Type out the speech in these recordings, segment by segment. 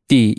第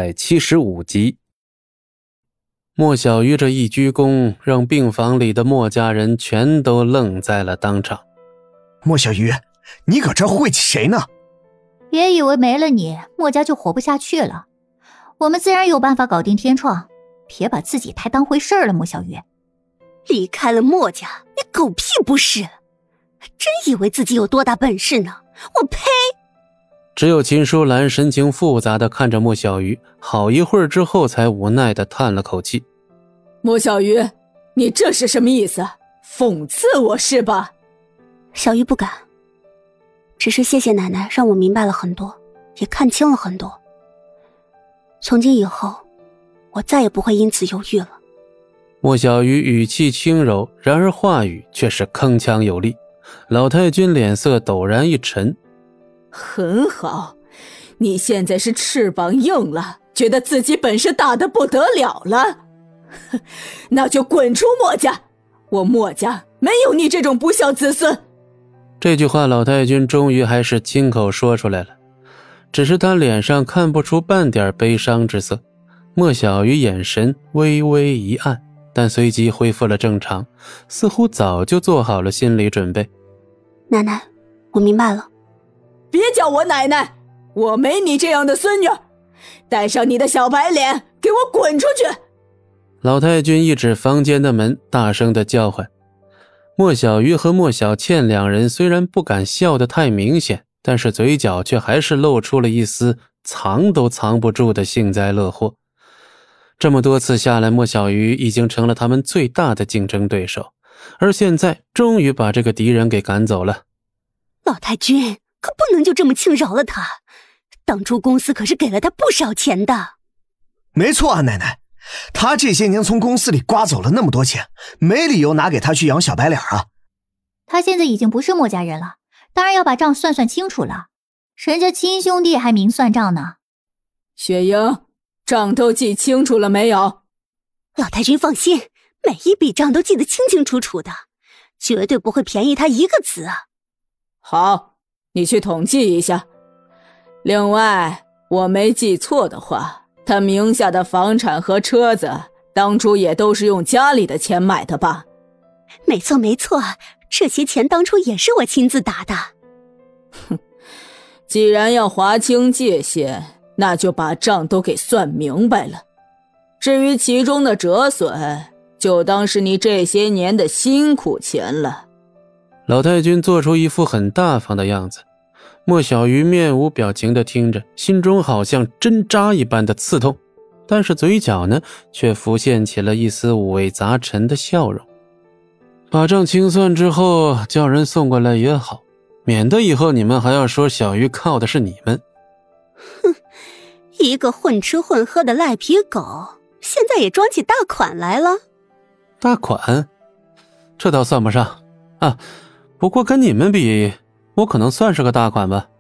175集。莫小鱼这一鞠躬，让病房里的莫家人全都愣在了当场。 莫小鱼，你搁这晦气谁呢？ 别以为没了你，莫家就活不下去了。我们自然有办法搞定天创，别把自己太当回事了，莫小鱼。 离开了莫家，你狗屁不是！真以为自己有多大本事呢？我呸！ 只有秦舒兰神情复杂地看着莫小鱼，好一会儿之后才无奈地叹了口气。 莫小鱼，你这是什么意思？讽刺我是吧？ 小鱼不敢，只是谢谢奶奶让我明白了很多，也看清了很多。从今以后，我再也不会因此犹豫了。 莫小鱼语气轻柔，然而话语却是铿锵有力。老太君脸色陡然一沉。 很好，你现在是翅膀硬了，觉得自己本事大得不得了了，那就滚出莫家，我莫家没有你这种不孝子孙。 这句话老太君终于还是亲口说出来了，只是他脸上看不出半点悲伤之色。莫小鱼眼神微微一暗，但随即恢复了正常，似乎早就做好了心理准备。 奶奶，我明白了。 别叫我奶奶，我没你这样的孙女，带上你的小白脸给我滚出去！ 老太君一指房间的门，大声地叫唤。莫小鱼和莫小倩两人虽然不敢笑得太明显，但是嘴角却还是露出了一丝藏都藏不住的幸灾乐祸。这么多次下来，莫小鱼已经成了他们最大的竞争对手，而现在终于把这个敌人给赶走了。 老太君可不能就这么轻饶了他，当初公司可是给了他不少钱的。 没错啊，奶奶，他这些年从公司里刮走了那么多钱，没理由拿给他去养小白脸啊。 他现在已经不是莫家人了，当然要把账算算清楚了。人家亲兄弟还明算账呢。 雪莹，账都记清楚了没有？ 老太君放心，每一笔账都记得清清楚楚的，绝对不会便宜他一个子啊。 好，你去统计一下。另外，我没记错的话，他名下的房产和车子当初也都是用家里的钱买的吧？ 没错没错，这些钱当初也是我亲自打的。 哼，既然要划清界限，那就把账都给算明白了。至于其中的折损，就当是你这些年的辛苦钱了。 老太君做出一副很大方的样子，莫小鱼面无表情地听着，心中好像针扎一般的刺痛，但是嘴角呢，却浮现起了一丝五味杂陈的笑容。把账清算之后，叫人送过来也好，免得以后你们还要说小鱼靠的是你们。 哼，一个混吃混喝的赖皮狗，现在也装起大款来了。 大款？这倒算不上啊，不过跟你们比，我可能算是个大款吧。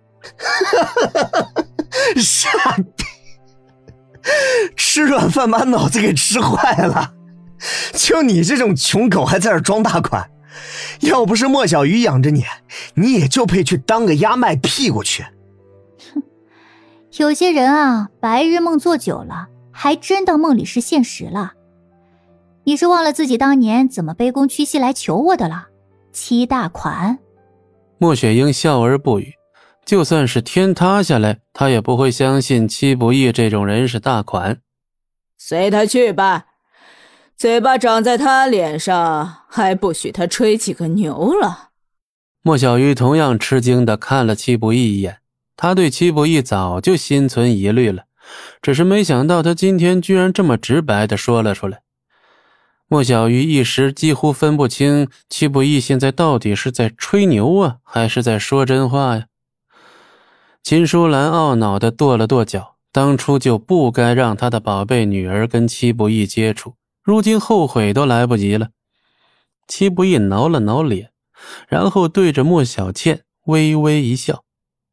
傻逼，吃软饭把脑子给吃坏了。就你这种穷狗还在这装大款，要不是莫小鱼养着你，你也就配去当个压卖屁股去。 哼，有些人啊，白日梦做久了，还真当梦里是现实了。你是忘了自己当年怎么卑躬屈膝来求我的了？七大款。 莫雪英笑而不语，就算是天塌下来，她也不会相信戚不义这种人是大款。 随他去吧，嘴巴长在他脸上，还不许他吹起个牛了。 莫小鱼同样吃惊地看了戚不义一眼，他对戚不义早就心存疑虑了，只是没想到他今天居然这么直白地说了出来。莫小鱼一时几乎分不清戚不义现在到底是在吹牛啊，还是在说真话呀。秦舒兰懊恼地跺了跺脚，当初就不该让他的宝贝女儿跟戚不义接触，如今后悔都来不及了。戚不义挠了挠脸，然后对着莫小倩微微一笑。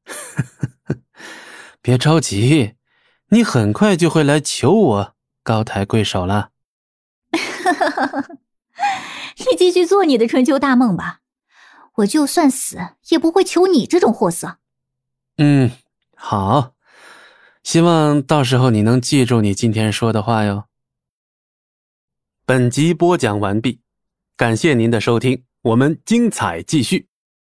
别着急，你很快就会来求我高抬贵手了。 你继续做你的春秋大梦吧，我就算死也不会求你这种货色。 好， 希望到时候你能记住你今天说的话哟。本集播讲完毕，感谢您的收听，我们精彩继续。